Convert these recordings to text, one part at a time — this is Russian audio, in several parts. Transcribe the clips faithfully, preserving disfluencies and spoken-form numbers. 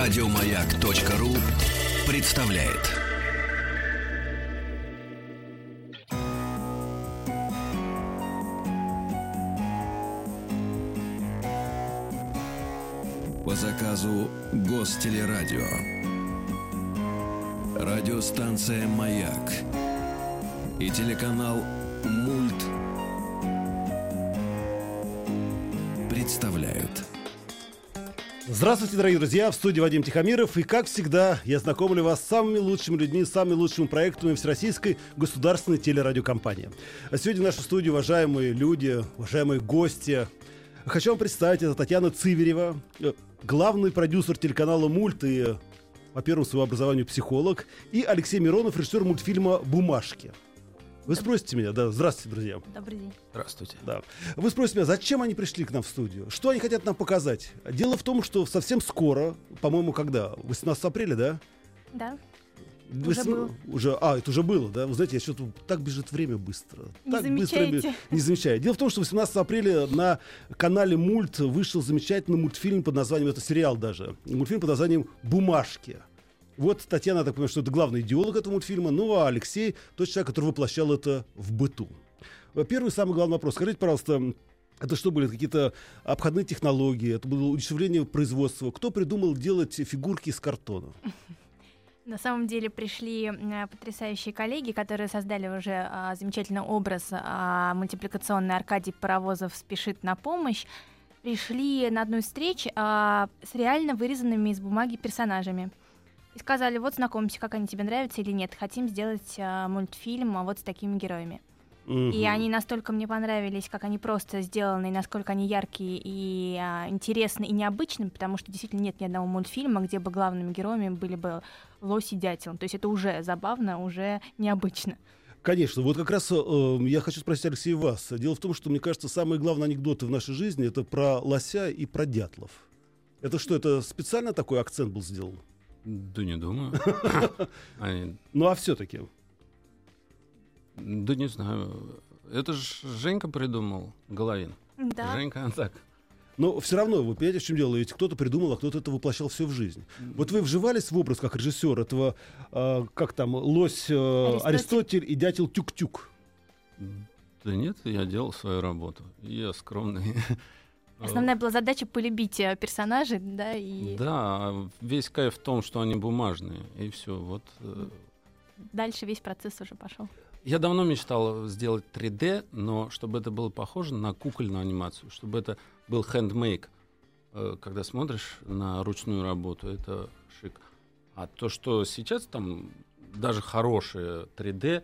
Радиомаяк.ру представляет. По заказу Гостелерадио. Радиостанция «Маяк» и телеканал «Мульт» представляют. Здравствуйте, дорогие друзья, в студии Вадим Тихомиров. И, как всегда, я знакомлю вас с самыми лучшими людьми, самыми лучшими проектами Всероссийской государственной телерадиокомпании. А сегодня в нашей студии уважаемые люди, уважаемые гости. Хочу вам представить, это Татьяна Цыверева, главный продюсер телеканала «Мульт» и, по первому своему образованию, психолог, и Алексей Миронов, режиссер мультфильма «Бумажки». Вы спросите меня, да, здравствуйте, друзья. Добрый день. Здравствуйте. Да. Вы спросите меня, зачем они пришли к нам в студию? Что они хотят нам показать? Дело в том, что совсем скоро, по-моему, когда? восемнадцатого апреля, да? Да. Вы Уже с- было. Уже, а, это уже было, да? Вы знаете, я что-то так бежит время быстро. Не так быстро замечаете? бе- не замечаю. Дело в том, что восемнадцатого апреля на канале «Мульт» вышел замечательный мультфильм под названием, это сериал даже, мультфильм под названием «Бумажки». Вот Татьяна, я так понимаю, что это главный идеолог этого мультфильма, ну а Алексей тот человек, который воплощал это в быту. Первый самый главный вопрос. Скажите, пожалуйста, это что были какие-то обходные технологии, это было удешевление производства? Кто придумал делать фигурки из картона? На самом деле пришли э, потрясающие коллеги, которые создали уже э, замечательный образ э, мультипликационный. Аркадий Паровозов спешит на помощь. Пришли на одну из встреч э, с реально вырезанными из бумаги персонажами. И сказали, вот знакомься, как они тебе нравятся или нет. Хотим сделать э, мультфильм а вот с такими героями. Мгм. И они настолько мне понравились, как они просто сделаны, и насколько они яркие и а, интересны и необычны, потому что действительно нет ни одного мультфильма, где бы главными героями были бы лось и дятел. То есть это уже забавно, уже необычно. Конечно, вот как раз э, я хочу спросить, Алексей, вас. Дело в том, что, мне кажется, самые главные анекдоты в нашей жизни — это про лося и про дятлов. Это что, это специально такой акцент был сделан? Да не думаю. Они- Ну а все-таки. Да не знаю. Это же Женька придумал, Головин. Да. Женька, так. Но все равно, вы понимаете, в чем дело? Ведь кто-то придумал, а кто-то это воплощал все в жизнь. Вот вы вживались в образ как режиссер этого, э, как там, лось э, Аристотель. Аристотель и дятел Тюк-Тюк. Да нет, я делал свою работу. Я скромный. Основная была задача полюбить э, персонажей, да, и Да, а весь кайф в том, что они бумажные. И все. Вот. э, дальше весь процесс уже пошел. Я давно мечтал сделать три дэ, но чтобы это было похоже на кукольную анимацию, чтобы это был хендмейк. Э, Когда смотришь на ручную работу, это шик. А то, что сейчас там даже хорошее три дэ,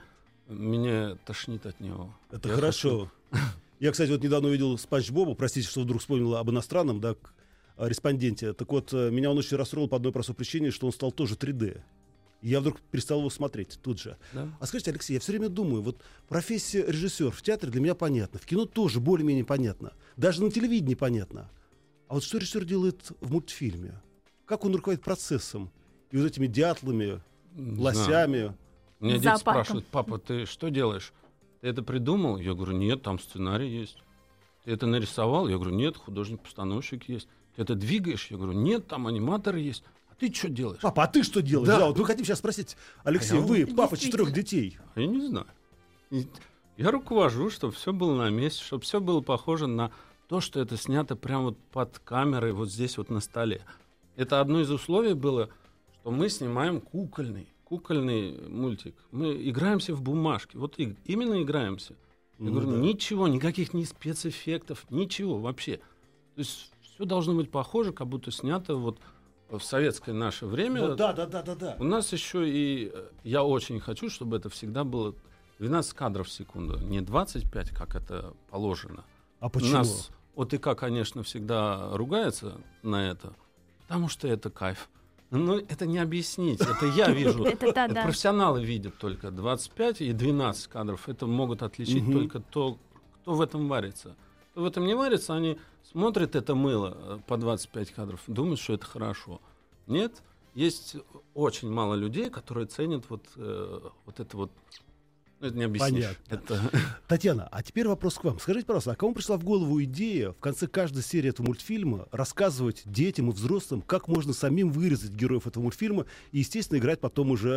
меня тошнит от него. Это Я хорошо. Я, кстати, вот недавно увидел Спанч Боба, простите, что вдруг вспомнил об иностранном, да, к- о респонденте. Так вот, э, меня он очень расстроил по одной простой причине, что он стал тоже три дэ. И я вдруг перестал его смотреть тут же. Да? А скажите, Алексей, я все время думаю, вот профессия режиссер в театре для меня понятна, в кино тоже более-менее понятно, даже на телевидении понятно. А вот что режиссер делает в мультфильме? Как он руководит процессом? И вот этими дятлами, Не знаю. лосями. Меня дети Зоопарком. спрашивают: папа, ты что делаешь? Ты это придумал? Я говорю, нет, там сценарий есть. Ты это нарисовал? Я говорю, нет, художник-постановщик есть. Ты это двигаешь? Я говорю, нет, там аниматоры есть. А ты что делаешь? Папа, а ты что делаешь? Да. Да, вот мы хотим сейчас спросить, Алексей, А я вы, вот- папа Действительно. четырех детей. А я не знаю. И Я руковожу, чтобы все было на месте, чтобы все было похоже на то, что это снято прямо вот под камерой, вот здесь вот на столе. Это одно из условий было, что мы снимаем кукольный, кукольный мультик. Мы играемся в бумажки. Вот и- именно играемся. Я Ну говорю, да. ничего, никаких ни спецэффектов, ничего вообще. То есть все должно быть похоже, как будто снято вот в советское наше время. Ну да, да, да, да, да. У нас еще и... э, Я очень хочу, чтобы это всегда было двенадцать кадров в секунду, не двадцать пять, как это положено. А У почему? нас ОТК, конечно, всегда ругается на это, потому что это кайф. Но это не объяснить, это я вижу. Это да, Это да. профессионалы видят только двадцать пять и двенадцать кадров. Это могут отличить Мгм. только то, кто в этом варится. Кто в этом не варится, они смотрят это мыло э, по двадцать пять кадров, думают, что это хорошо. Нет, есть очень мало людей, которые ценят вот, э, вот это вот Это не объяснишь. Понятно. Это... Татьяна, а теперь вопрос к вам. Скажите, пожалуйста, а кому пришла в голову идея в конце каждой серии этого мультфильма рассказывать детям и взрослым, как можно самим вырезать героев этого мультфильма и, естественно, играть потом уже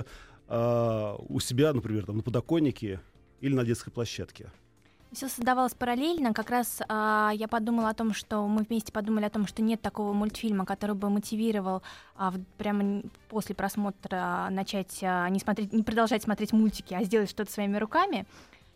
э, у себя, например, там, на подоконнике или на детской площадке? Все создавалось параллельно. Как раз а, я подумала о том, что мы вместе подумали о том, что нет такого мультфильма, который бы мотивировал а, в, прямо после просмотра начать а, не, смотреть, не продолжать смотреть мультики, а сделать что-то своими руками.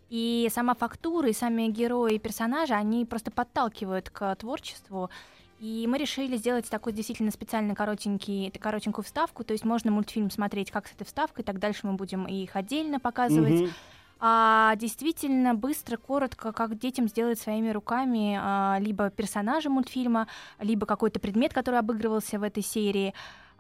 И сама фактура, и сами герои и персонажи, они просто подталкивают к творчеству. И мы решили сделать такой действительно специально коротенький, коротенькую вставку. То есть можно мультфильм смотреть как с этой вставкой, так дальше мы будем их отдельно показывать. Мгм. А, действительно быстро, коротко, как детям сделать своими руками а, либо персонажа мультфильма, либо какой-то предмет, который обыгрывался в этой серии.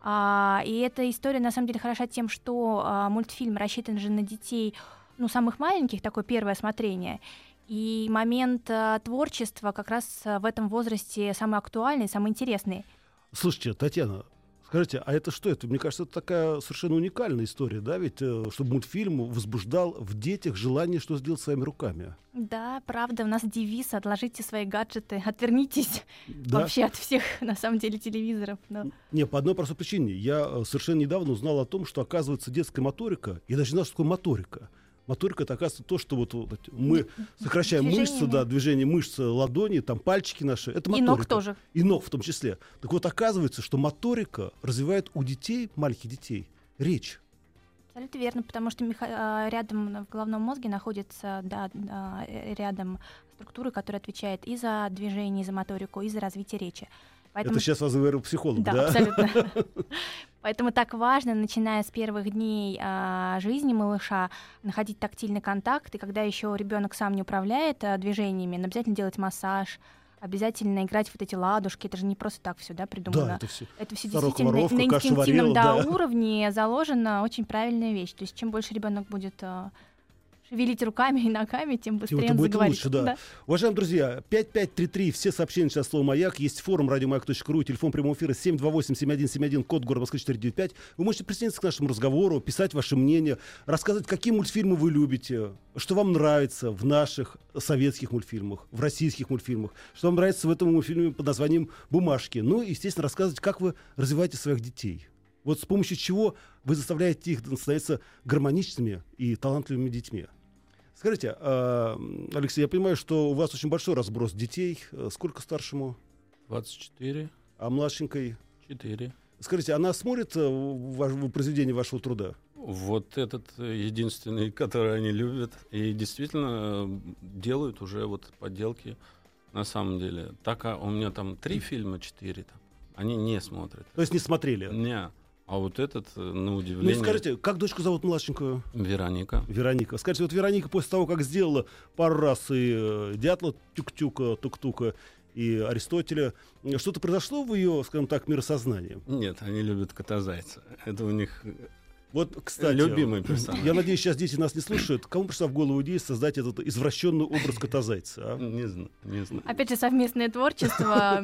А, и эта история на самом деле хороша тем, что а, мультфильм рассчитан же на детей, ну, самых маленьких, такое первое осмотрение. И момент а, творчества как раз а, в этом возрасте самый актуальный, самый интересный. Слушайте, Татьяна, скажите, а это что это? Мне кажется, это такая совершенно уникальная история, да? Ведь э, чтобы мультфильм возбуждал в детях желание что сделать своими руками. Да, правда, у нас девиз «Отложите свои гаджеты, отвернитесь» Да? вообще от всех, на самом деле, телевизоров. Но... Не, по одной простой причине. Я э, совершенно недавно узнал о том, что, оказывается, детская моторика, я даже не знал, что такое моторика. Моторика — это, оказывается, то, что вот, вот мы сокращаем мышцы, Движениями. да, движение мышц ладони, там пальчики наши. Это моторика. И ног тоже. И ног в том числе. Так вот, оказывается, что моторика развивает у детей, маленьких детей, речь. Абсолютно верно, потому что меха- а, рядом в головном мозге находятся да, да, э, рядом структуры, которые отвечают и за движение, и за моторику, и за развитие речи. Поэтому... Это сейчас вас говорю психолог, да? Да, абсолютно. Поэтому так важно, начиная с первых дней а, жизни малыша, находить тактильный контакт, и когда еще ребенок сам не управляет а, движениями, но обязательно делать массаж, обязательно играть в вот эти ладушки. Это же не просто так все, да, придумано. Да, это все. Это все Старуха действительно воровка, на каша инстинктивном варила, да, да. уровне заложена очень правильная вещь. То есть чем больше ребенок будет а, шевелить руками и ногами, тем быстрее это он будет заговорит. лучше, да. Уважаемые друзья, пять пять три три, все сообщения сейчас слово «Маяк». Есть форум радиомаяк точка ру, телефон прямого эфира семь два восемь семь один семь один, код города Москвы четыре девять пять. Вы можете присоединиться к нашему разговору, писать ваше мнение, рассказывать, какие мультфильмы вы любите, что вам нравится в наших советских мультфильмах, в российских мультфильмах, что вам нравится в этом мультфильме под названием «Бумажки». Ну и, естественно, рассказывать, как вы развиваете своих детей. Вот с помощью чего вы заставляете их становиться гармоничными и талантливыми детьми. Скажите, Алексей, я понимаю, что у вас очень большой разброс детей. Сколько старшему? двадцать четыре. А младшенькой? четыре. Скажите, она смотрит ваш, произведение вашего труда? Вот этот единственный, который они любят. И действительно делают уже вот поделки на самом деле. Так, а у меня там три фильма, четыре там. Они не смотрят. То есть не смотрели? Не. А вот этот, на удивление... Ну, скажите, как дочку зовут младшенькую? Вероника. Вероника. Скажите, вот Вероника после того, как сделала пару раз и э, Дятла, Тюк-Тюка, Тук-Тука, и Аристотеля, что-то произошло в ее, скажем так, миросознании? Нет, они любят кота-зайца. Это у них... Вот, кстати, любимый персонаж. Я надеюсь, сейчас дети нас не слушают. Кому пришла в голову идея создать этот извращенный образ кота-зайца? А? Не знаю, не знаю. Опять же, совместное творчество.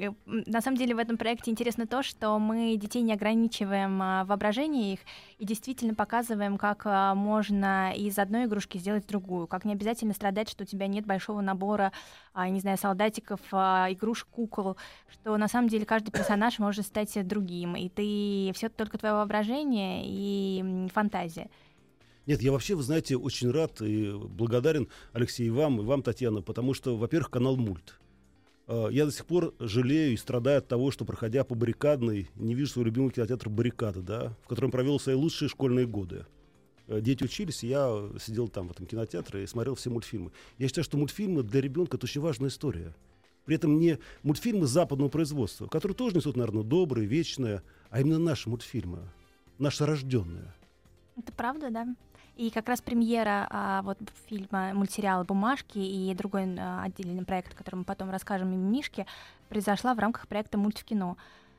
На самом деле в этом проекте интересно то, что мы детей не ограничиваем в воображении их и действительно показываем, как можно из одной игрушки сделать другую. Как не обязательно страдать, что у тебя нет большого набора, не знаю, солдатиков, игрушек, кукол, что на самом деле каждый персонаж может стать другим. И ты все только твое воображение и и фантазия. Нет, я вообще, вы знаете, очень рад и благодарен, Алексей, и вам, и вам, Татьяна, потому что, во-первых, канал Мульт. Я до сих пор жалею и страдаю от того, что, проходя по Баррикадной, не вижу своего любимого кинотеатра «Баррикада», да, в котором провел свои лучшие школьные годы. Дети учились, и я сидел там, в этом кинотеатре, и смотрел все мультфильмы. Я считаю, что мультфильмы для ребенка — это очень важная история. При этом не мультфильмы западного производства, которые тоже несут, наверное, доброе, вечное, а именно наши мультфильмы. Наша рожденная. Это правда, да. И как раз премьера а, вот фильма, мультсериала «Бумажки» и другой а, отдельный проект, о котором мы потом расскажем, «Мимимишки», произошла в рамках проекта «Мульт в кино».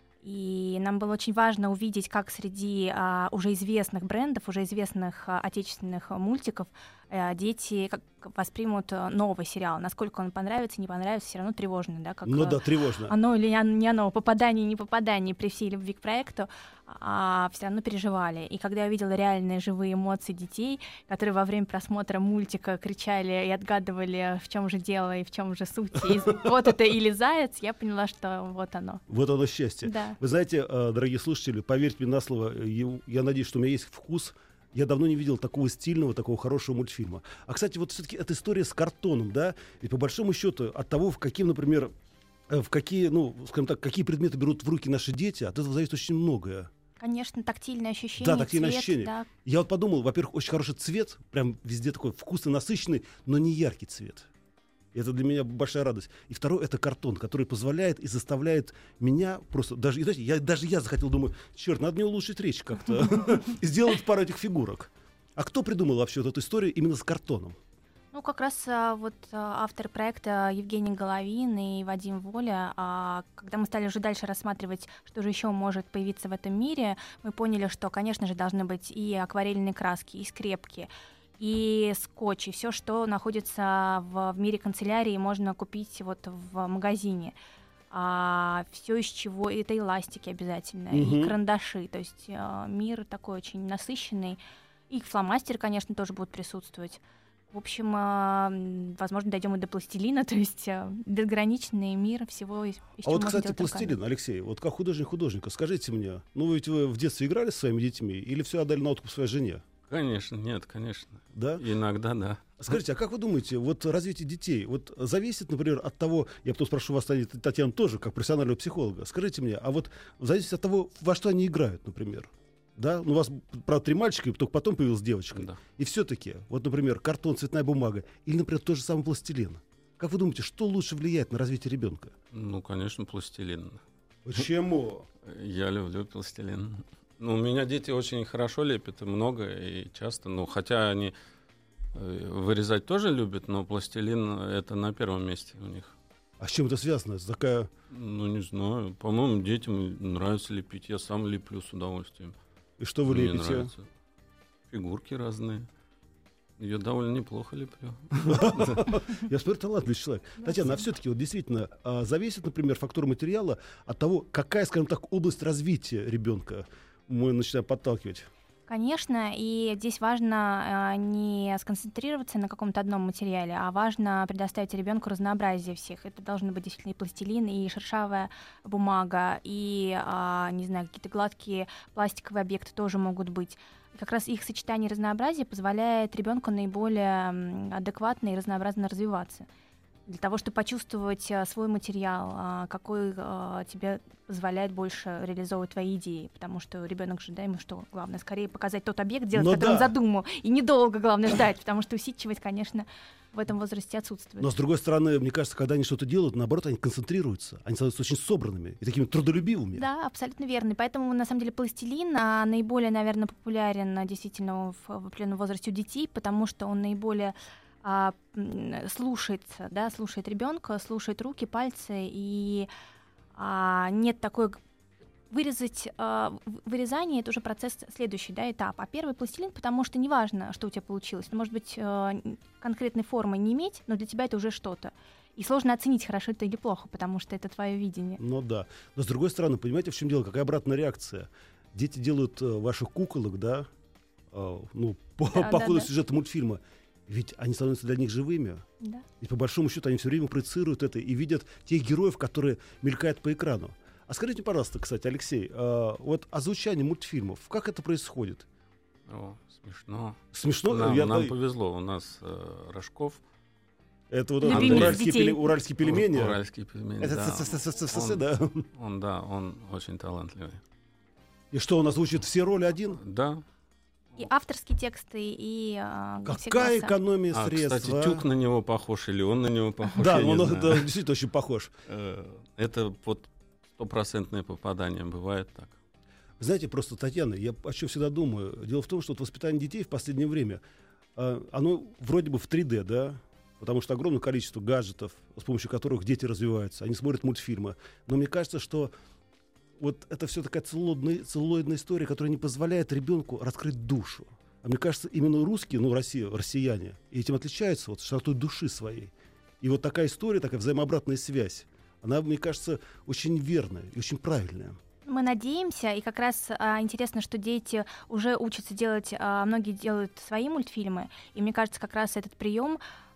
И нам было очень важно увидеть, как среди а, уже известных брендов, уже известных а, отечественных мультиков э, дети как воспримут э, новый сериал. Насколько он понравится, не понравится, все равно тревожно, да? Как, Ну э, да, тревожно. Оно или не оно, попадание, не попадание при всей любви к проекту, а все равно переживали. И когда я увидела реальные живые эмоции детей, которые во время просмотра мультика кричали и отгадывали, в чем же дело и в чем же суть, и вот это или заяц, я поняла, что вот оно. Вот оно счастье. Да. Вы знаете, э, дорогие слушатели, поверьте мне на слово, я, я надеюсь, что у меня есть вкус. Я давно не видел такого стильного, такого хорошего мультфильма. А, кстати, вот все-таки эта история с картоном, да, ведь по большому счету от того, в каким, например, в какие, ну, скажем так, какие предметы берут в руки наши дети, от этого зависит очень многое. Конечно, тактильное ощущение, Да, тактильное цвет, ощущение. Да. Я вот подумал, во-первых, очень хороший цвет, прям везде такой вкусный, насыщенный, но не яркий цвет. Это для меня большая радость. И второе, это картон, который позволяет и заставляет меня просто... Даже, и, знаете, я, даже я захотел, думаю, черт, надо мне улучшить речь как-то и сделать пару этих фигурок. А кто придумал вообще вот эту историю именно с картоном? Ну, как раз а, вот а, авторы проекта Евгений Головин и Вадим Воля, а, когда мы стали уже дальше рассматривать, что же еще может появиться в этом мире, мы поняли, что, конечно же, должны быть и акварельные краски, и скрепки, и скотч, и все, что находится в, в мире канцелярии, можно купить вот в магазине. А, все из чего, это эластики обязательно, Мгм. и карандаши, то есть а, мир такой очень насыщенный, и фломастеры, конечно, тоже будут присутствовать. В общем, а, м, возможно, дойдем и до пластилина, то есть а, безграничный мир всего, из, из А чего вот, можно кстати, делать руками. пластилин, Алексей, вот как художник художника, скажите мне, ну ведь вы в детстве играли со своими детьми или все отдали на откуп своей жене? Конечно, нет, конечно. Да? Иногда, да. Скажите, а как вы думаете, вот развитие детей, вот зависит, например, от того, я потом спрошу вас, Татьяна, тоже, как профессионального психолога, скажите мне, а вот зависит от того, во что они играют, например? Да, ну у вас, правда, три мальчика, и только потом появилась девочка. Да. И все-таки, вот, например, картон, цветная бумага, или, например, тот же самый пластилин. Как вы думаете, что лучше влияет на развитие ребенка? Ну, конечно, пластилин. Почему? Я люблю пластилин. Ну, у меня дети очень хорошо лепят, и много, и часто. Ну, хотя они э, вырезать тоже любят, но пластилин — это на первом месте у них. А с чем это связано? Это такая... Ну, не знаю. По-моему, детям нравится лепить. Я сам леплю с удовольствием. И что вы Мне лепите? нравится. Фигурки разные. Я довольно неплохо леплю. Я смотрю, талантливый человек. Татьяна, а все-таки вот действительно а, зависит, например, фактура материала от того, какая, скажем так, область развития ребенка мы начинаем подталкивать. Конечно, и здесь важно э, не сконцентрироваться на каком-то одном материале, а важно предоставить ребенку разнообразие всех. Это должны быть действительно и пластилин, и шершавая бумага, и, э, не знаю, какие-то гладкие пластиковые объекты тоже могут быть. И как раз их сочетание и разнообразие позволяет ребенку наиболее м, адекватно и разнообразно развиваться. Для того, чтобы почувствовать а, свой материал, а, какой а, тебе позволяет больше реализовывать твои идеи. Потому что ребенок же, да, ему что главное, скорее показать тот объект, делать, Ну который да. он задумал. И недолго, главное, ждать, потому что усидчивость, конечно, в этом возрасте отсутствует. Но, с другой стороны, мне кажется, когда они что-то делают, наоборот, они концентрируются. Они становятся очень собранными и такими трудолюбивыми. Да, абсолютно верно. И поэтому, на самом деле, пластилин а, наиболее, наверное, популярен а, действительно в, в определенном возрасте у детей, потому что он наиболее а, м, слушается, да, слушает ребенка, слушает руки, пальцы, и а, нет такой г- вырезать а, в- вырезание — это уже процесс следующий, да, этап. А первый пластилин, потому что неважно, что у тебя получилось, ну, может быть, а, н- конкретной формы не иметь, но для тебя это уже что-то. И сложно оценить, хорошо это или плохо, потому что это твое видение. Ну да. Но, с другой стороны, понимаете, в чем дело? Какая обратная реакция? Дети делают э, ваших куколок, да, э, ну, по, Да, по да, ходу да. сюжета мультфильма. Ведь они становятся для них живыми. Да. И по большому счету они все время проецируют это и видят тех героев, которые мелькают по экрану. А скажите, пожалуйста, кстати, Алексей, э, вот озвучание мультфильмов, как это происходит? О, смешно. Смешно? Нам, Я- нам повезло. У нас э, Рожков. Это вот Любимец уральские, детей. пеле- уральские пельмени. Ур- Уральские пельмени, Это да. с- с- с- с- с- Он- да. Он, да, он очень талантливый. И что, он озвучит все роли один? Да. И авторские тексты, и а, все Какая голоса. экономия А, средств, кстати, а? Тюк на него похож или он на него похож, Да, я не он знаю. да, действительно очень похож. Э, Это вот стопроцентное попадание, бывает так. Знаете, просто, Татьяна, я о чем всегда думаю. Дело в том, что вот воспитание детей в последнее время, а, оно вроде бы в три дэ, да, потому что огромное количество гаджетов, с помощью которых дети развиваются, они смотрят мультфильмы. Но мне кажется, что вот это все такая целлулоидная, целлулоидная история, которая не позволяет ребенку раскрыть душу. А мне кажется, именно русские, ну, Россия, россияне, этим отличаются, вот, широтой души своей. И вот такая история, такая взаимообратная связь, она, мне кажется, очень верная и очень правильная. Мы надеемся, и как раз а, интересно, что дети уже учатся делать, а, многие делают свои мультфильмы, и мне кажется, как раз этот прием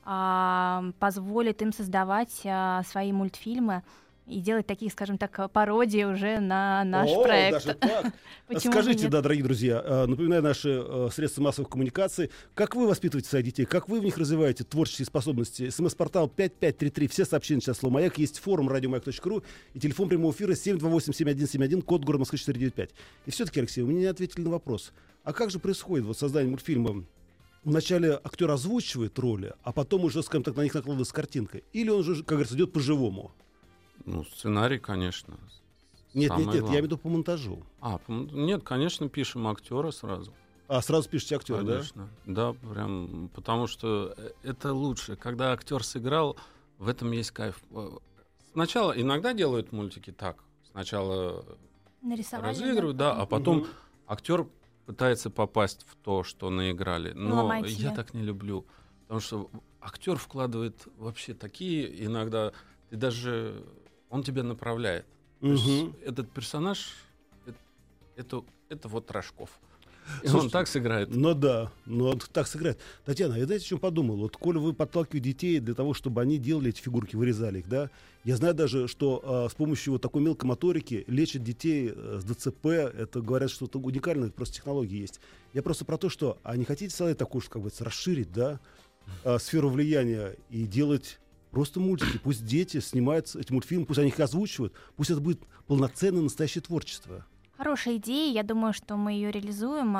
а, позволит им создавать а, свои мультфильмы и делать такие, скажем так, пародии уже на наш О, проект. Даже так. Скажите, да, дорогие друзья, напоминаю наши средства массовых коммуникаций, как вы воспитываете своих детей, как вы в них развиваете творческие способности? СМС-портал пять пять три три, все сообщения сейчас слово «Маяк», есть форум радиомаяк точка ру и телефон прямого эфира семь два восемь семь один семь один, код города Москвы четыре девять пять. И все-таки, Алексей, вы мне не ответили на вопрос. А как же происходит вот создание мультфильма? Вначале актер озвучивает роли, а потом уже, скажем так, на них накладывается картинка? Или он же, как говорится, идет по-живому? Ну, сценарий, конечно. Нет, Самое нет, нет, главное. я имею в виду по монтажу. А, по- нет, конечно, пишем актера сразу. А, сразу пишете актера, да? Конечно. Да, прям, потому что это лучше. Когда актер сыграл, в этом есть кайф. Сначала, иногда делают мультики так. Сначала Нарисовали, разыгрывают, да, а потом актер пытается попасть в то, что наиграли. Но Ломает я себя. так не люблю. Потому что актер вкладывает вообще такие, иногда ты даже... Он тебя направляет. То есть Мгм. этот персонаж, это, это, это вот Рожков. И Слушайте, он так сыграет. Ну да, ну он так сыграет. Татьяна, я знаете, о чем подумал? Вот, коли вы подталкиваете детей для того, чтобы они делали эти фигурки, вырезали их, да? Я знаю даже, что а, с помощью вот такой мелкой моторики лечат детей а, с ДЦП. Это, говорят, что это уникальная просто технология есть. Я просто про то, что, а не хотите создать такую, как бы, расширить, да, а, сферу влияния и делать просто мультики. Пусть дети снимают эти мультфильмы, пусть они их озвучивают, пусть это будет полноценное настоящее творчество. Хорошая идея, я думаю, что мы ее реализуем,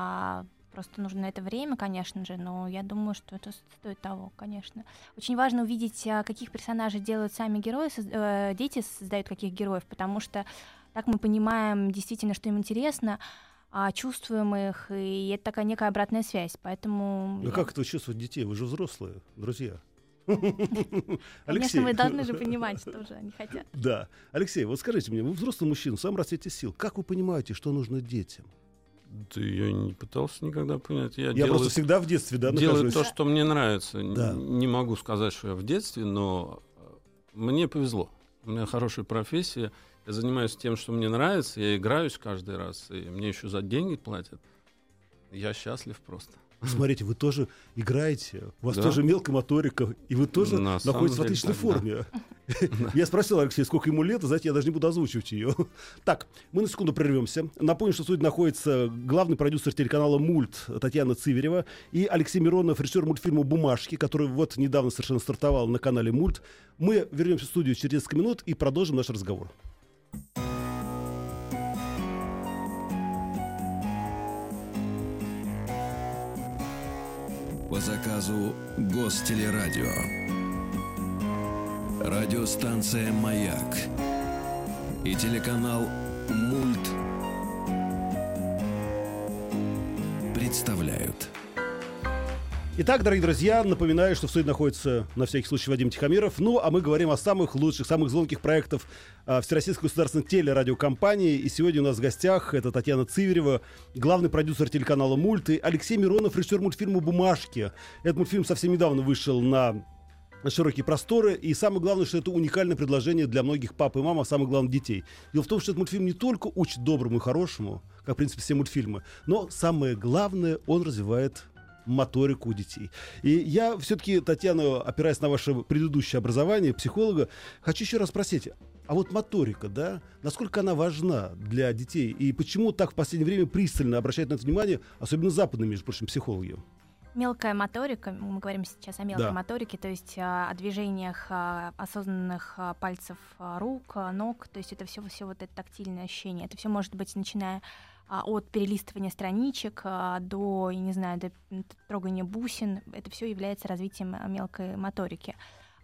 а просто нужно на это время, конечно же, но я думаю, что это стоит того, конечно. Очень важно увидеть, а, каких персонажей делают сами герои, соз- э, дети создают каких героев, потому что так мы понимаем действительно, что им интересно, а, чувствуем их, и это такая некая обратная связь, поэтому... Ну я- как это чувствовать детей? Вы же взрослые, друзья. Конечно, мы должны же понимать, что же они хотят. Да. Алексей, вот скажите мне, вы взрослый мужчина, в самом расцвете сил. Как вы понимаете, что нужно детям? Да я не пытался никогда понять. Я, Я делаю, просто всегда в детстве, да, делаю нахожусь. то, что мне нравится. Да. Н- Не могу сказать, что я в детстве, но э, мне повезло. У меня хорошая профессия. Я занимаюсь тем, что мне нравится. Я играюсь каждый раз. И мне еще за деньги платят. Я счастлив просто. Смотрите, вы тоже играете, у вас Да. тоже мелкая моторика, и вы тоже На самом находитесь в деле отличной так, форме. Я спросил Алексея, сколько ему лет, знаете, я даже не буду озвучивать ее. Так, мы на секунду прервемся. Напомню, что в студии находится главный продюсер телеканала «Мульт» Татьяна Циверева и Алексей Миронов, режиссер мультфильма «Бумажки», который вот недавно совершенно стартовал на канале «Мульт». Мы вернемся в студию через несколько минут и продолжим наш разговор. По заказу Гостелерадио. Радиостанция «Маяк» и телеканал «Мульт» представляют. Итак, дорогие друзья, напоминаю, что в студии находится на всякий случай Вадим Тихомиров. Ну, а мы говорим о самых лучших, самых звонких проектах а, Всероссийской государственной телерадиокомпании. И сегодня у нас в гостях это Татьяна Циверева, главный продюсер телеканала «Мульт», и Алексей Миронов, режиссер мультфильма «Бумажки». Этот мультфильм совсем недавно вышел на широкие просторы, и самое главное, что это уникальное предложение для многих пап и мам, а самое главное детей. Дело в том, что этот мультфильм не только учит доброму и хорошему, как, в принципе, все мультфильмы, но самое главное, он развивает моторику у детей. И я все-таки, Татьяна, опираясь на ваше предыдущее образование психолога, хочу еще раз спросить, а вот моторика, да, насколько она важна для детей, и почему так в последнее время пристально обращают на это внимание, особенно западные, между прочим, психологи? Мелкая моторика, мы говорим сейчас о мелкой Да. моторике, то есть а, о движениях а, осознанных а, пальцев а, рук, а, ног, то есть это все, все вот это тактильное ощущение. Это все может быть начиная а, от перелистывания страничек а, до, я не знаю, до м, трогания бусин. Это все является развитием а, мелкой моторики.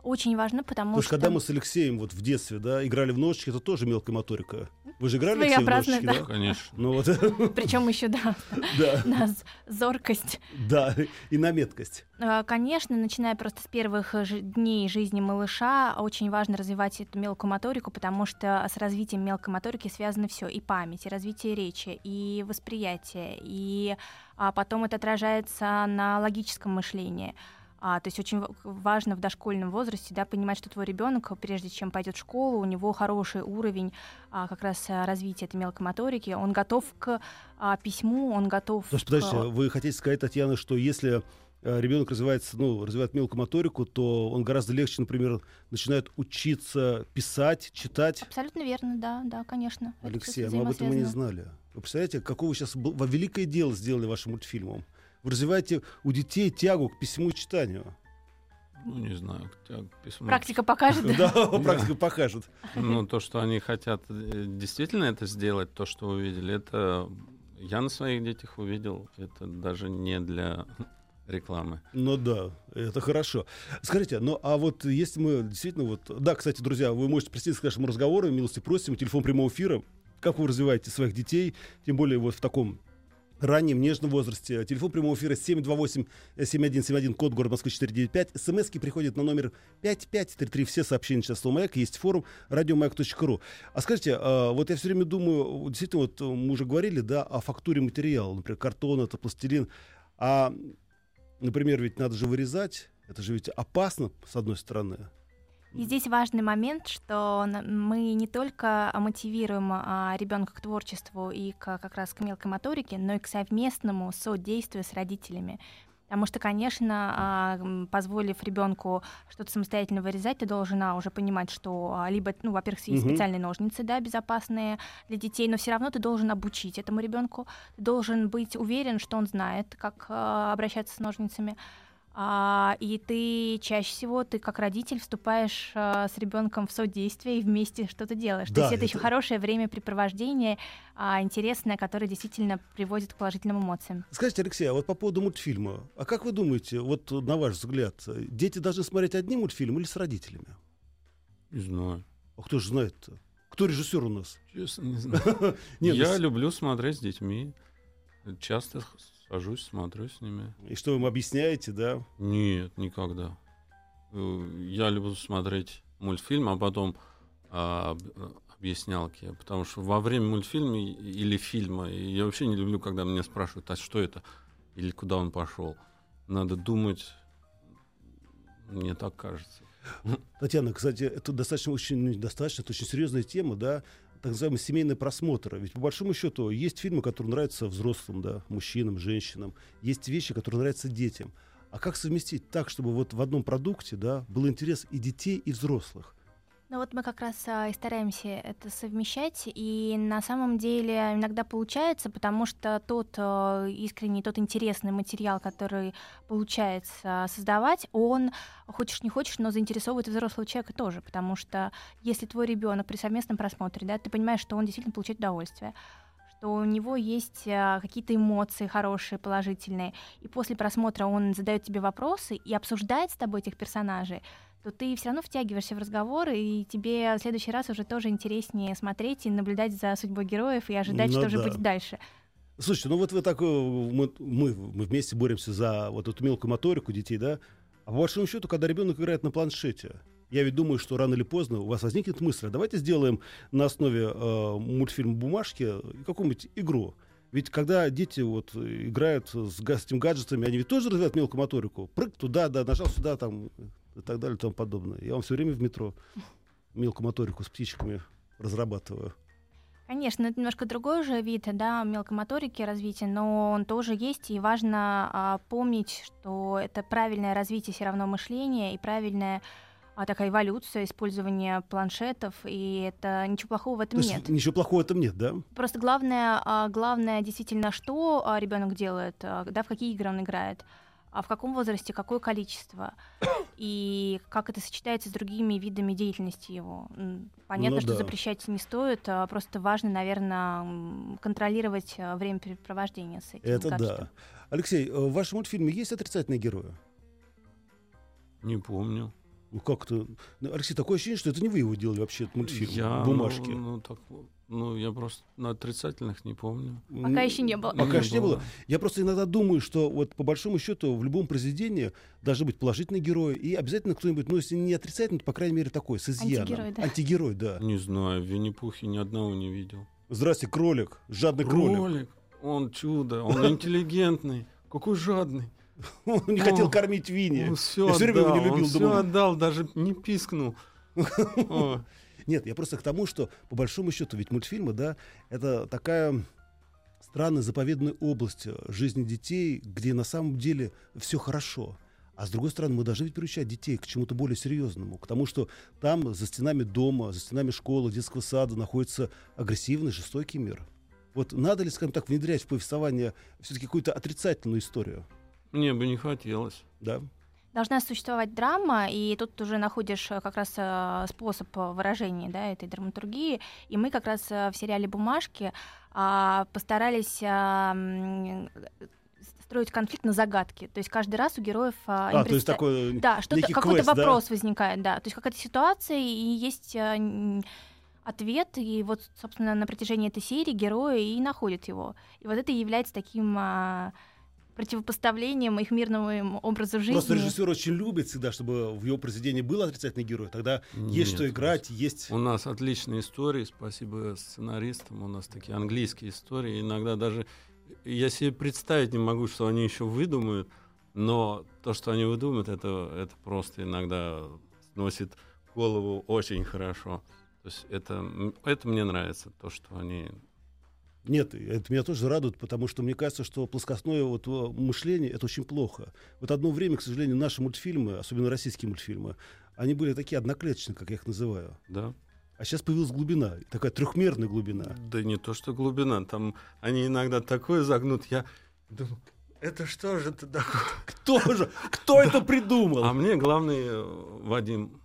Очень важно, потому, Потому что... что когда мы с Алексеем вот в детстве, да, играли в ножички, это тоже мелкая моторика. Вы же играли, Алексей, в ножички, да? да? Конечно. Ну, вот. Причем еще, да, Да. на зоркость. Да, и на меткость. А, Конечно, начиная просто с первых жи- дней жизни малыша, очень важно развивать эту мелкую моторику, потому что с развитием мелкой моторики связано все: и память, и развитие речи, и восприятие, и а, потом это отражается на логическом мышлении. А, то есть очень ва- важно в дошкольном возрасте, да, понимать, что твой ребенок, прежде чем пойдет в школу, у него хороший уровень а, как раз а, развития этой мелкой моторики, он готов к а, письму, он готов. То есть, к... подождите, вы хотите сказать, Татьяна, что если э, ребенок развивается, ну, развивает мелкую моторику, то он гораздо легче, например, начинает учиться писать, читать? Абсолютно верно, да, да, конечно. Это Алексей, всё мы об этом и не взаимосвязано. знали. Вы представляете, какое вы сейчас б- во великое дело сделали вашим мультфильмом? Вы развиваете у детей тягу к письму и читанию. Ну, не знаю, тяг к письму. Практика покажет, да? Да, практика покажет. Ну, то, что они хотят э, действительно это сделать, то, что вы увидели, это я на своих детях увидел. Это даже не для рекламы. Ну да, это хорошо. Скажите, ну а вот если мы действительно вот... Да, кстати, друзья, вы можете присоединиться к нашему разговору, милости просим, телефон прямого эфира. Как вы развиваете своих детей, тем более вот в таком раннем, нежном возрасте. Телефон прямого эфира семь два восемь семь один семь один, код город Москвы четыре девять пять. СМСки приходят на номер пять пять три три. Все сообщения сейчас слово «Маяк». Есть форум радиомаяк точка ру. А скажите, а, вот я все время думаю, действительно, вот мы уже говорили, да, о фактуре материала. Например, картон, это пластилин. А, например, ведь надо же вырезать. Это же ведь опасно, с одной стороны. И здесь важный момент, что н- мы не только мотивируем ребенка к творчеству и к, как раз к мелкой моторике, но и к совместному содействию с родителями. Потому что, конечно, а, м, позволив ребенку что-то самостоятельно вырезать, ты должна уже понимать, что а, либо, ну, во-первых, есть Мгм. специальные ножницы, да, безопасные для детей, но все равно ты должен обучить этому ребенку, ты должен быть уверен, что он знает, как а, обращаться с ножницами. А, и ты чаще всего, ты как родитель вступаешь а, с ребенком в содействие и вместе что-то делаешь. То Да, есть это, это- еще хорошее времяпрепровождение, а, интересное, которое действительно приводит к положительным эмоциям. Скажите, Алексей, а вот по поводу мультфильма. А как вы думаете, вот на ваш взгляд, дети должны смотреть одни мультфильмы или с родителями? Не знаю. А кто же знает-то? Кто режиссер у нас? Честно, не знаю. Не, ну Я с- люблю смотреть с детьми. Часто х- сажусь, смотрю с ними. И что вы им объясняете, да? Нет, никогда. Э, Я люблю смотреть мультфильм, а потом а, об- э, объяснялки. Потому что во время мультфильма и- или фильма я вообще не люблю, когда меня спрашивают, а что это? Или куда он пошел. Надо думать. Мне так кажется. Татьяна, кстати, это достаточно очень достаточно, это очень серьезная тема, да, так называемый семейный просмотр. Ведь по большому счету есть фильмы, которые нравятся взрослым, да, мужчинам, женщинам, есть вещи, которые нравятся детям. А как совместить так, чтобы вот в одном продукте, да, был интерес и детей, и взрослых? Ну вот мы как раз а, и стараемся это совмещать, и на самом деле иногда получается, потому что тот а, искренний, тот интересный материал, который получается создавать, он, хочешь не хочешь, но заинтересовывает и взрослого человека тоже, потому что если твой ребенок при совместном просмотре, да, ты понимаешь, что он действительно получает удовольствие, что у него есть а, какие-то эмоции хорошие, положительные, и после просмотра он задает тебе вопросы и обсуждает с тобой этих персонажей, то ты все равно втягиваешься в разговор, и тебе в следующий раз уже тоже интереснее смотреть и наблюдать за судьбой героев и ожидать, Ну что же да. будет дальше. Слушайте, ну вот вы так, э, мы, мы, мы вместе боремся за вот эту мелкую моторику детей, да? А по большому счету, когда ребенок играет на планшете, я ведь думаю, что рано или поздно у вас возникнет мысль, а давайте сделаем на основе э, мультфильма «Бумажки» какую-нибудь игру. Ведь когда дети вот играют с, га- с этими гаджетами, они ведь тоже развивают мелкую моторику. Прыг туда, да, нажал сюда, там, и так далее, и тому подобное. Я вам все время в метро мелкую моторику с птичками разрабатываю. Конечно, это немножко другой же вид, да, мелкой моторики развития, но он тоже есть, и важно а, помнить, что это правильное развитие все равно мышления и правильная а, такая эволюция использования планшетов, и это ничего плохого в этом То есть нет. ничего плохого в этом нет, да? Просто главное, а, главное действительно, что а, ребенок делает, а, да, в какие игры он играет, а в каком возрасте, какое количество, и как это сочетается с другими видами деятельности его. М, Понятно, Ну что да. запрещать не стоит, а просто важно, наверное, м, контролировать а, времяпрепровождение с этим Это гаджетом. да. Алексей, э, в вашем мультфильме есть отрицательные герои? Не помню. Ну как-то... Ну, Алексей, такое ощущение, что это не вы его делали вообще, этот мультфильм, Я, «Бумажки». Ну, ну, так, ну, я просто на отрицательных не помню. Пока еще не было. Пока Не еще не было. было. Я просто иногда думаю, что вот по большому счету в любом произведении должны быть положительные герои и обязательно кто-нибудь, ну если не отрицательный, то по крайней мере такой, с изъяном. Антигерой, да. Антигерой, да. Не знаю, в Винни-Пухе ни одного не видел. Здрасте, кролик, жадный кролик. Кролик, он чудо, он интеллигентный. Какой жадный. Он не хотел О, кормить Винни. Он все Я все время его отдал, не любил, он все думал. отдал, даже не пискнул. О, Нет, я просто к тому, что по большому счету ведь мультфильмы, да, это такая странная заповедная область жизни детей, где на самом деле все хорошо. А с другой стороны, мы должны ведь приучать детей к чему-то более серьезному, к тому, что там, за стенами дома, за стенами школы, детского сада находится агрессивный, жестокий мир. Вот надо ли, скажем так, внедрять в повествование все-таки какую-то отрицательную историю? мне бы не хотелось. Да? Должна существовать драма, и тут ты уже находишь э, как раз э, способ э, выражения, да, этой драматургии. И мы как раз э, в сериале «Бумажки» а, постарались а, м, строить конфликт на загадке. То есть каждый раз у героев... А, им А, то есть предста- такой Да, что-то, некий какой-то квест, да? вопрос возникает, да. То есть какая-то ситуация, и есть э, н- ответ, и вот, собственно, на протяжении этой серии герои и находят его. И вот это и является таким а, противопоставлением их мирному образу жизни. Просто режиссер очень любит всегда, чтобы в его произведении был отрицательный герой. Тогда есть Нет, что играть, есть... У нас отличные истории, спасибо сценаристам. У нас такие английские истории. Иногда даже я себе представить не могу, что они еще выдумают, но то, что они выдумают, это, это просто иногда сносит голову очень хорошо. То есть это, это мне нравится, то, что они... Нет, это меня тоже радует, потому что мне кажется, что плоскостное вот мышление — это очень плохо. Вот одно время, к сожалению, наши мультфильмы, особенно российские мультфильмы, они были такие одноклеточные, как я их называю. Да. А сейчас появилась глубина, такая трехмерная глубина. Да не то, что глубина. Там они иногда такое загнут. Я думаю, это что же это такое? Кто же? Кто это придумал? А мне главный э, Вадим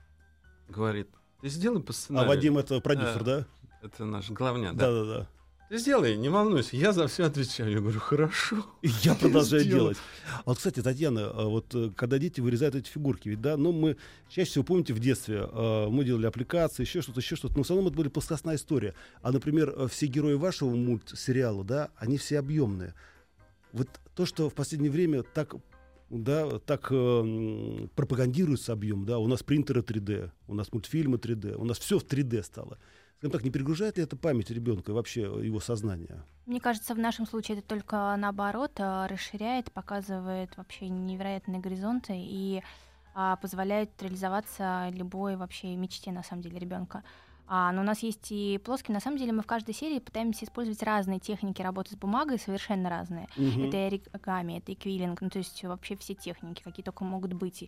говорит, ты сделай по А сценарию. Вадим — это продюсер, Э, да? Это наш главня, да. Да-да-да. Ты сделай, не волнуйся, я за все отвечаю. Я говорю, хорошо. И я продолжаю Сделай. делать. А вот, кстати, Татьяна, а вот э, когда дети вырезают эти фигурки, ведь, да, ну, мы чаще всего, помните, в детстве э, мы делали аппликации, еще что-то, еще что-то, но в основном это были плоскостная история. А, например, э, все герои вашего мультсериала, да, они все объемные. Вот то, что в последнее время так, да, так э, м, пропагандируется объем, да, у нас принтеры три дэ, у нас мультфильмы три дэ, у нас все в три дэ стало. Скажем так, не перегружает ли это память ребенка и вообще его сознание? Мне кажется, в нашем случае это только наоборот а, расширяет, показывает вообще невероятные горизонты и а, позволяет реализоваться любой вообще мечте, на самом деле, ребенка. А, но у нас есть и плоские. На самом деле мы в каждой серии пытаемся использовать разные техники работы с бумагой, совершенно разные. Мгм. Это оригами, это эквилинг, ну то есть вообще все техники, какие только могут быть. И,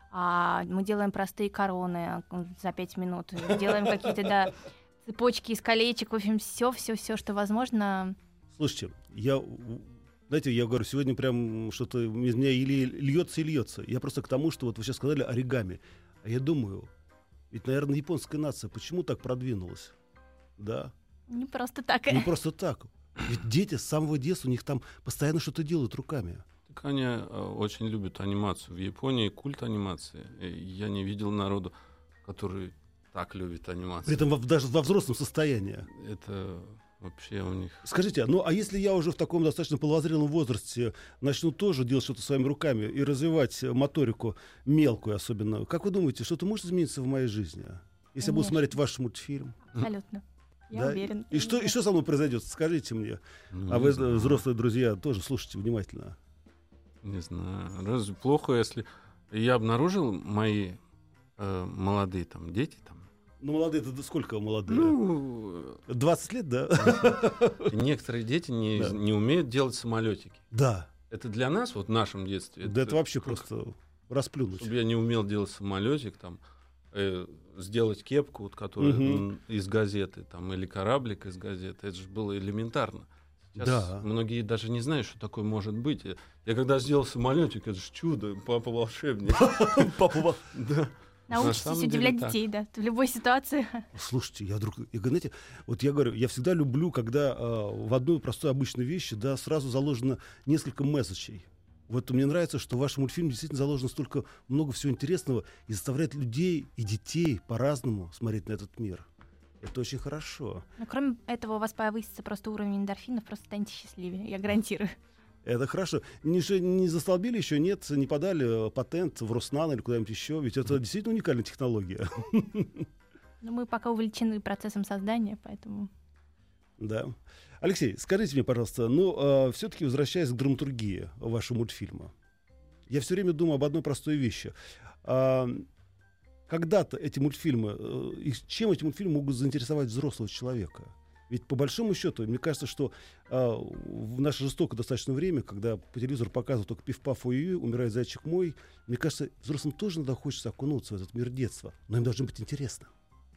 а, мы делаем простые короны м, за пять минут, делаем какие-то, да, цепочки из колечек, в общем, все, все, все, что возможно. Слушайте, я, знаете, я говорю, сегодня прям что-то из меня или льется, и льется. Я просто к тому, что вот вы сейчас сказали оригами. А я думаю, ведь, наверное, японская нация почему так продвинулась? Да, Не просто так. не просто так. Ведь дети с самого детства, у них там постоянно что-то делают руками. Так они э, очень любят анимацию. В Японии культ анимации. И я не видел народу, который так любит анимацию. При этом во- даже во взрослом состоянии. Это вообще у них... Скажите, ну а если я уже в таком достаточно половозрелом возрасте начну тоже делать что-то своими руками и развивать моторику мелкую особенно, как вы думаете, что-то может измениться в моей жизни, если я буду Конечно. смотреть ваш мультфильм? Абсолютно. Я Да? уверена. И что, и что со мной произойдет? Скажите мне. ну, А не вы, знаю. взрослые друзья, тоже слушайте внимательно. Не знаю. Разве плохо, если я обнаружил мои э, молодые там дети там. Ну, молодые, это сколько молодые? Ну, двадцать лет, да? некоторые дети не, Да. не умеют делать самолетики. Да. Это для нас, вот в нашем детстве. Да это вообще как- просто расплюнуть. Чтобы я не умел делать самолетик, там, э, сделать кепку, вот, которая Мгм. м, из газеты, там, или кораблик из газеты. Это же было элементарно. Сейчас Да. многие даже не знают, что такое может быть. Я, я когда сделал самолетик, это же чудо, папа волшебник. Папа, ва- Да. На Научитесь самом деле удивлять так. детей, да, в любой ситуации. Слушайте, я вдруг, я, говорю, знаете, вот я говорю, я всегда люблю, когда а, в одной простой обычной вещи, да, сразу заложено несколько месседжей. Вот мне нравится, что в вашем мультфильме действительно заложено столько много всего интересного и заставляет людей и детей по-разному смотреть на этот мир. Это очень хорошо. Но кроме этого у вас повысится просто уровень эндорфинов, просто станете счастливее, я гарантирую. Это хорошо. Не, не застолбили еще, нет, не подали патент в Роснано или куда-нибудь еще, ведь это действительно уникальная технология. Но мы пока увлечены процессом создания, поэтому... Да. Алексей, скажите мне, пожалуйста, ну, э, все-таки возвращаясь к драматургии вашего мультфильма, я все время думаю об одной простой вещи. А, когда-то эти мультфильмы, э, и чем эти мультфильмы могут заинтересовать взрослого человека? Ведь по большому счету, мне кажется, что э, в наше жестокое достаточно время, когда по телевизору показывают только пиф-паф, ой-ой, умирает зайчик мой, мне кажется, взрослым тоже иногда хочется окунуться в этот мир детства, но им должно быть интересно.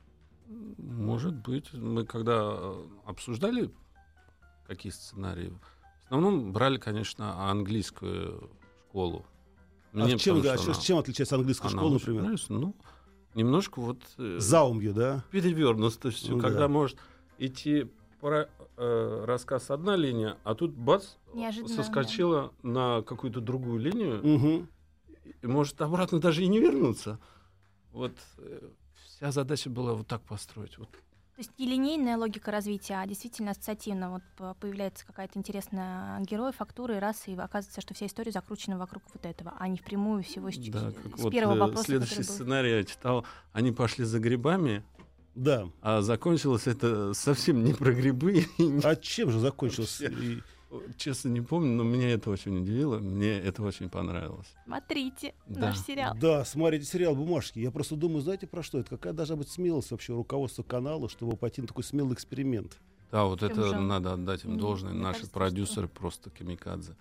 Может быть. Мы когда обсуждали какие сценарии, в основном брали, конечно, английскую школу. Мне, а чем, а она, чем отличается английская школа, например? Знаешь, ну, немножко вот... Заумью, да? Перевернутостью, ну, когда да. может идти про, э, рассказ одна линия, а тут бац, неожиданно соскочила да. на какую-то другую линию, угу. и может обратно даже и не вернуться. Вот э, вся задача была вот так построить. Вот. То есть не линейная логика развития, а действительно ассоциативно. Вот появляется какая-то интересная герой, фактура и раса, и оказывается, что вся история закручена вокруг вот этого, а не впрямую всего с, да, как с вот первого э, вопроса. Следующий сценарий я читал, они пошли за грибами, да. а закончилось это совсем не про грибы. А чем же закончилось? Честно, не помню, но меня это очень удивило, мне это очень понравилось. Смотрите да. наш сериал. Да, смотрите сериал «Бумажки». Я просто думаю, знаете, про что это? Какая должна быть смелость вообще руководства канала, чтобы пойти на такой смелый эксперимент? Да, вот Чем это же? надо отдать им должное. Мне Наши кажется, продюсеры что... просто камикадзе.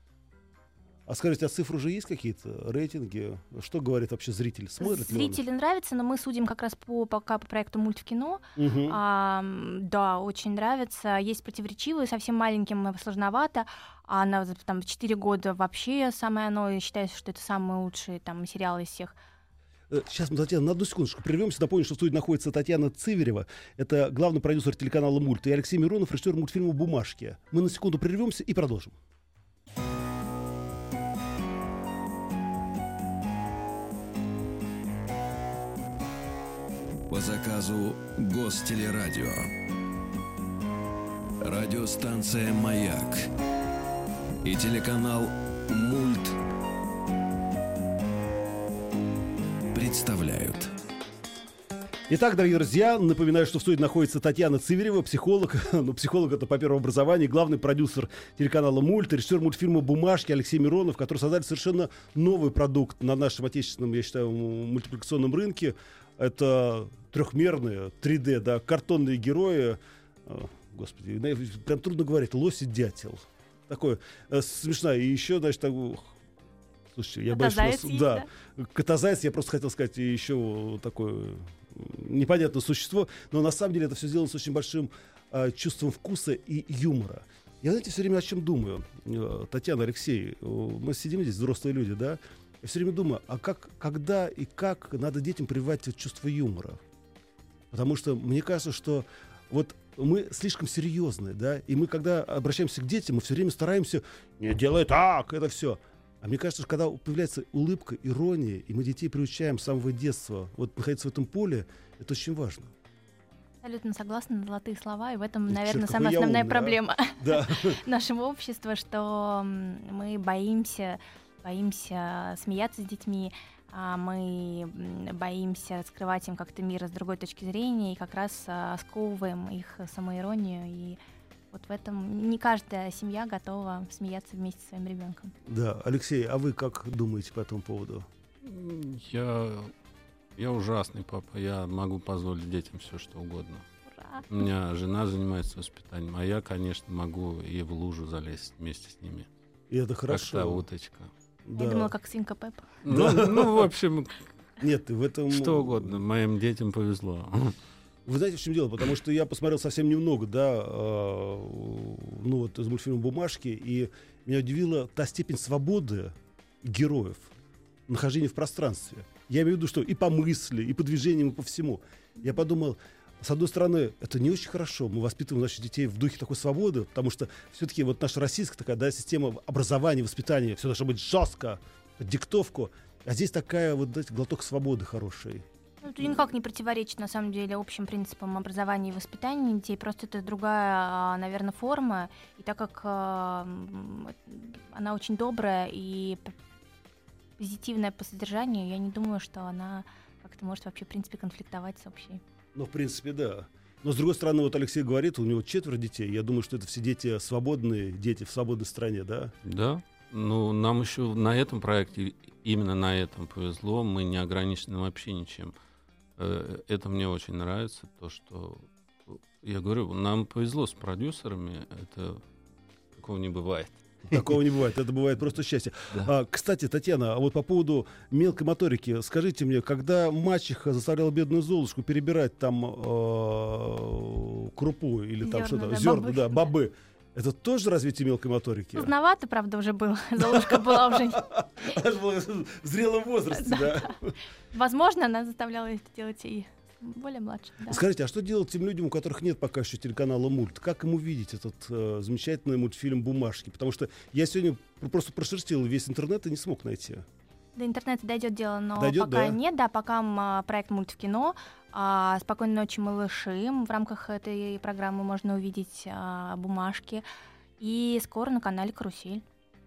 А скажите, а цифры уже есть какие-то? Рейтинги? Что говорит вообще зритель? Смотрит Зрителям ли он? нравится, но мы судим как раз по, пока по проекту «Мульт в кино». Угу. А, да, очень нравится. Есть противоречивые, совсем маленьким сложновато. А на там, четыре года вообще самое оно, и считается, что это самый лучший там, сериал из всех. Сейчас мы, Татьяна, на одну секундочку прервемся. Напомню, что в студии находится Татьяна Циверева. Это главный продюсер телеканала «Мульт». И Алексей Миронов, режиссер мультфильма «Бумажки». Мы на секунду прервемся и продолжим. По заказу Гостелерадио. Радиостанция «Маяк» и телеканал «Мульт» представляют. Итак, дорогие друзья, напоминаю, что в студии находится Татьяна Циверева, психолог, ну, психолог это по первому образованию, главный продюсер телеканала «Мульт», режиссер мультфильма «Бумажки» Алексей Миронов, который создали совершенно новый продукт на нашем отечественном, я считаю, мультипликационном рынке. Это трехмерные, три дэ, да, картонные герои. О, господи, прям трудно говорить. Лось и дятел. Такое э, смешное. И еще, значит, так, слушайте, я боюсь, Кота-заяц нас, есть, да, да? Кота-заяц, я просто хотел сказать, еще такое непонятное существо. Но на самом деле это все сделано с очень большим э, чувством вкуса и юмора. Я, знаете, все время о чем думаю. Э, Татьяна, Алексей, э, мы сидим здесь, взрослые люди, да? Я все время думаю, а как, когда и как надо детям прививать это чувство юмора? Потому что мне кажется, что вот мы слишком серьезные, да, и мы, когда обращаемся к детям, мы все время стараемся не делай так, это все. А мне кажется, что когда появляется улыбка, ирония, и мы детей приучаем с самого детства вот находиться в этом поле, это очень важно. Абсолютно согласна, золотые слова, и в этом, Черт, наверное, какой самая я основная умный, проблема Да. нашего общества, что мы боимся, боимся смеяться с детьми, а мы боимся раскрывать им как-то мир с другой точки зрения и как раз а, сковываем их самоиронию. И вот в этом не каждая семья готова смеяться вместе со своим ребенком. Да, Алексей, а вы как думаете по этому поводу? Я, я ужасный папа, я могу позволить детям все, что угодно. Ура! У меня жена занимается воспитанием, а я, конечно, могу и в лужу залезть вместе с ними. И это хорошо. Как та уточка. Да. Я думала, как свинка Пеппа. Ну, ну, в общем, Нет, в этом... что угодно. Моим детям повезло. Вы знаете, в чем дело? Потому что я посмотрел совсем немного, да, э, ну вот из мультфильма «Бумажки», и меня удивила та степень свободы героев, нахождения в пространстве. Я имею в виду, что и по мысли, и по движениям, и по всему. Я подумал, С одной стороны, это не очень хорошо. Мы воспитываем наших детей в духе такой свободы, потому что все-таки вот наша российская такая, да, система образования, воспитания, все должно быть жестко, диктовку. А здесь такая вот, знаете, глоток свободы хороший. Ну, это никак не противоречит, на самом деле, общим принципам образования и воспитания детей. Просто это другая, наверное, форма. И так как э, она очень добрая и позитивная по содержанию, я не думаю, что она как-то может вообще, в принципе, конфликтовать с общей. Ну, в принципе, да. Но, с другой стороны, вот Алексей говорит, у него четверо детей. Я думаю, что это все дети свободные, дети в свободной стране, да? Да. Ну, нам еще на этом проекте, именно на этом повезло. Мы не ограничены вообще ничем. Это мне очень нравится, то, что... Я говорю, нам повезло с продюсерами. Это такого не бывает. Такого не бывает, это бывает просто счастье. Да. А, кстати, Татьяна, а вот по поводу мелкой моторики, скажите мне, когда мачеха заставляла бедную Золушку перебирать там э, крупу или там Зерна, что-то, да, зерна, бобы. да, бобы, это тоже развитие мелкой моторики? Поздновато, правда, уже было. Золушка была уже... Она же была в зрелом возрасте, да. Возможно, она заставляла это делать и более младше. Да. Скажите, а что делать тем людям, у которых нет пока еще телеканала Мульт? Как им увидеть этот э, замечательный мультфильм «Бумажки»? Потому что я сегодня просто прошерстил весь интернет и не смог найти. До интернета дойдет дело, но Дойдет, пока да? нет. Да, пока м, проект «Мульт в кино». А, «Спокойной ночи, малыши». В рамках этой программы можно увидеть а, «Бумажки». И скоро на канале «Карусель».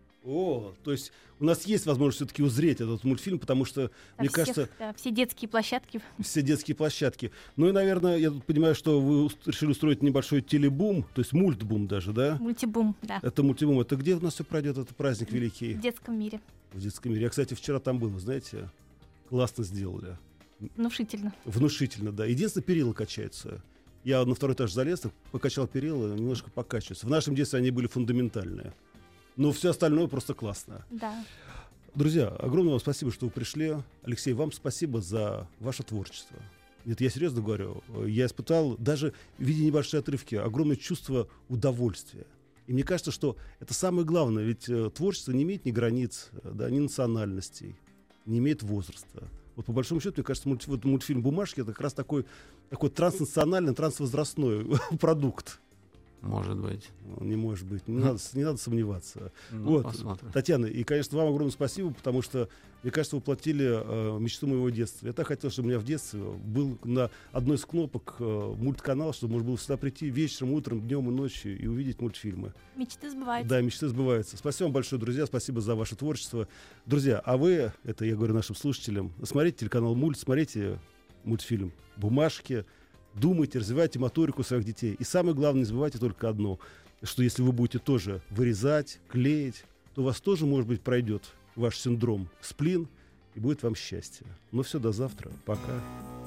О, то есть у нас есть возможность все-таки узреть этот мультфильм, потому что, На мне всех, кажется, да, все детские площадки. все детские площадки. Ну и, наверное, я тут понимаю, что вы уст- решили устроить небольшой телебум, то есть мультбум даже, да? Мультибум, да. Это мультибум. Это где у нас все пройдет, этот праздник великий В детском мире. в детском мире? Я, кстати, вчера там был, вы знаете, классно сделали. Внушительно. Внушительно, да. Единственное, перила качаются. Я на второй этаж залез, покачал перила, немножко покачиваются. В нашем детстве они были фундаментальные. Но все остальное просто классно. Да. Друзья, огромное вам спасибо, что вы пришли. Алексей, вам спасибо за ваше творчество. Нет, я серьезно говорю. Я испытал, даже в виде небольшой отрывки, огромное чувство удовольствия. И мне кажется, что это самое главное. Ведь э, творчество не имеет ни границ, да, ни национальностей, не имеет возраста. Вот по большому счету, мне кажется, мульти- вот мультфильм «Бумажки» — это как раз такой, такой транснациональный, трансвозрастной продукт. Может быть. Не может быть. Не, надо, не надо сомневаться. Ну, вот, посмотрим. Татьяна, и, конечно, вам огромное спасибо, потому что, мне кажется, вы воплотили э, мечту моего детства. Я так хотел, чтобы у меня в детстве был на одной из кнопок э, мультканал, чтобы можно было всегда прийти вечером, утром, днем и ночью и увидеть мультфильмы. Мечты сбываются. Да, мечты сбываются. Спасибо вам большое, друзья. Спасибо за ваше творчество. Друзья, а вы, это я говорю нашим слушателям, смотрите телеканал Мульт, смотрите мультфильм «Бумажки», думайте, развивайте моторику своих детей. И самое главное, не забывайте только одно, что если вы будете тоже вырезать, клеить, то у вас тоже, может быть, пройдет ваш синдром сплин, и будет вам счастье. Ну все, до завтра. Пока.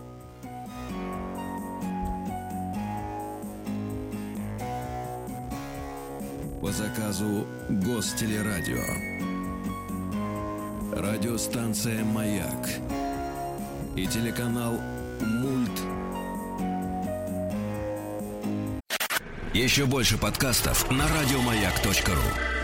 По заказу Гостелерадио. Радиостанция «Маяк» и телеканал «Мульт». Еще больше подкастов на радиомаяк точка ру.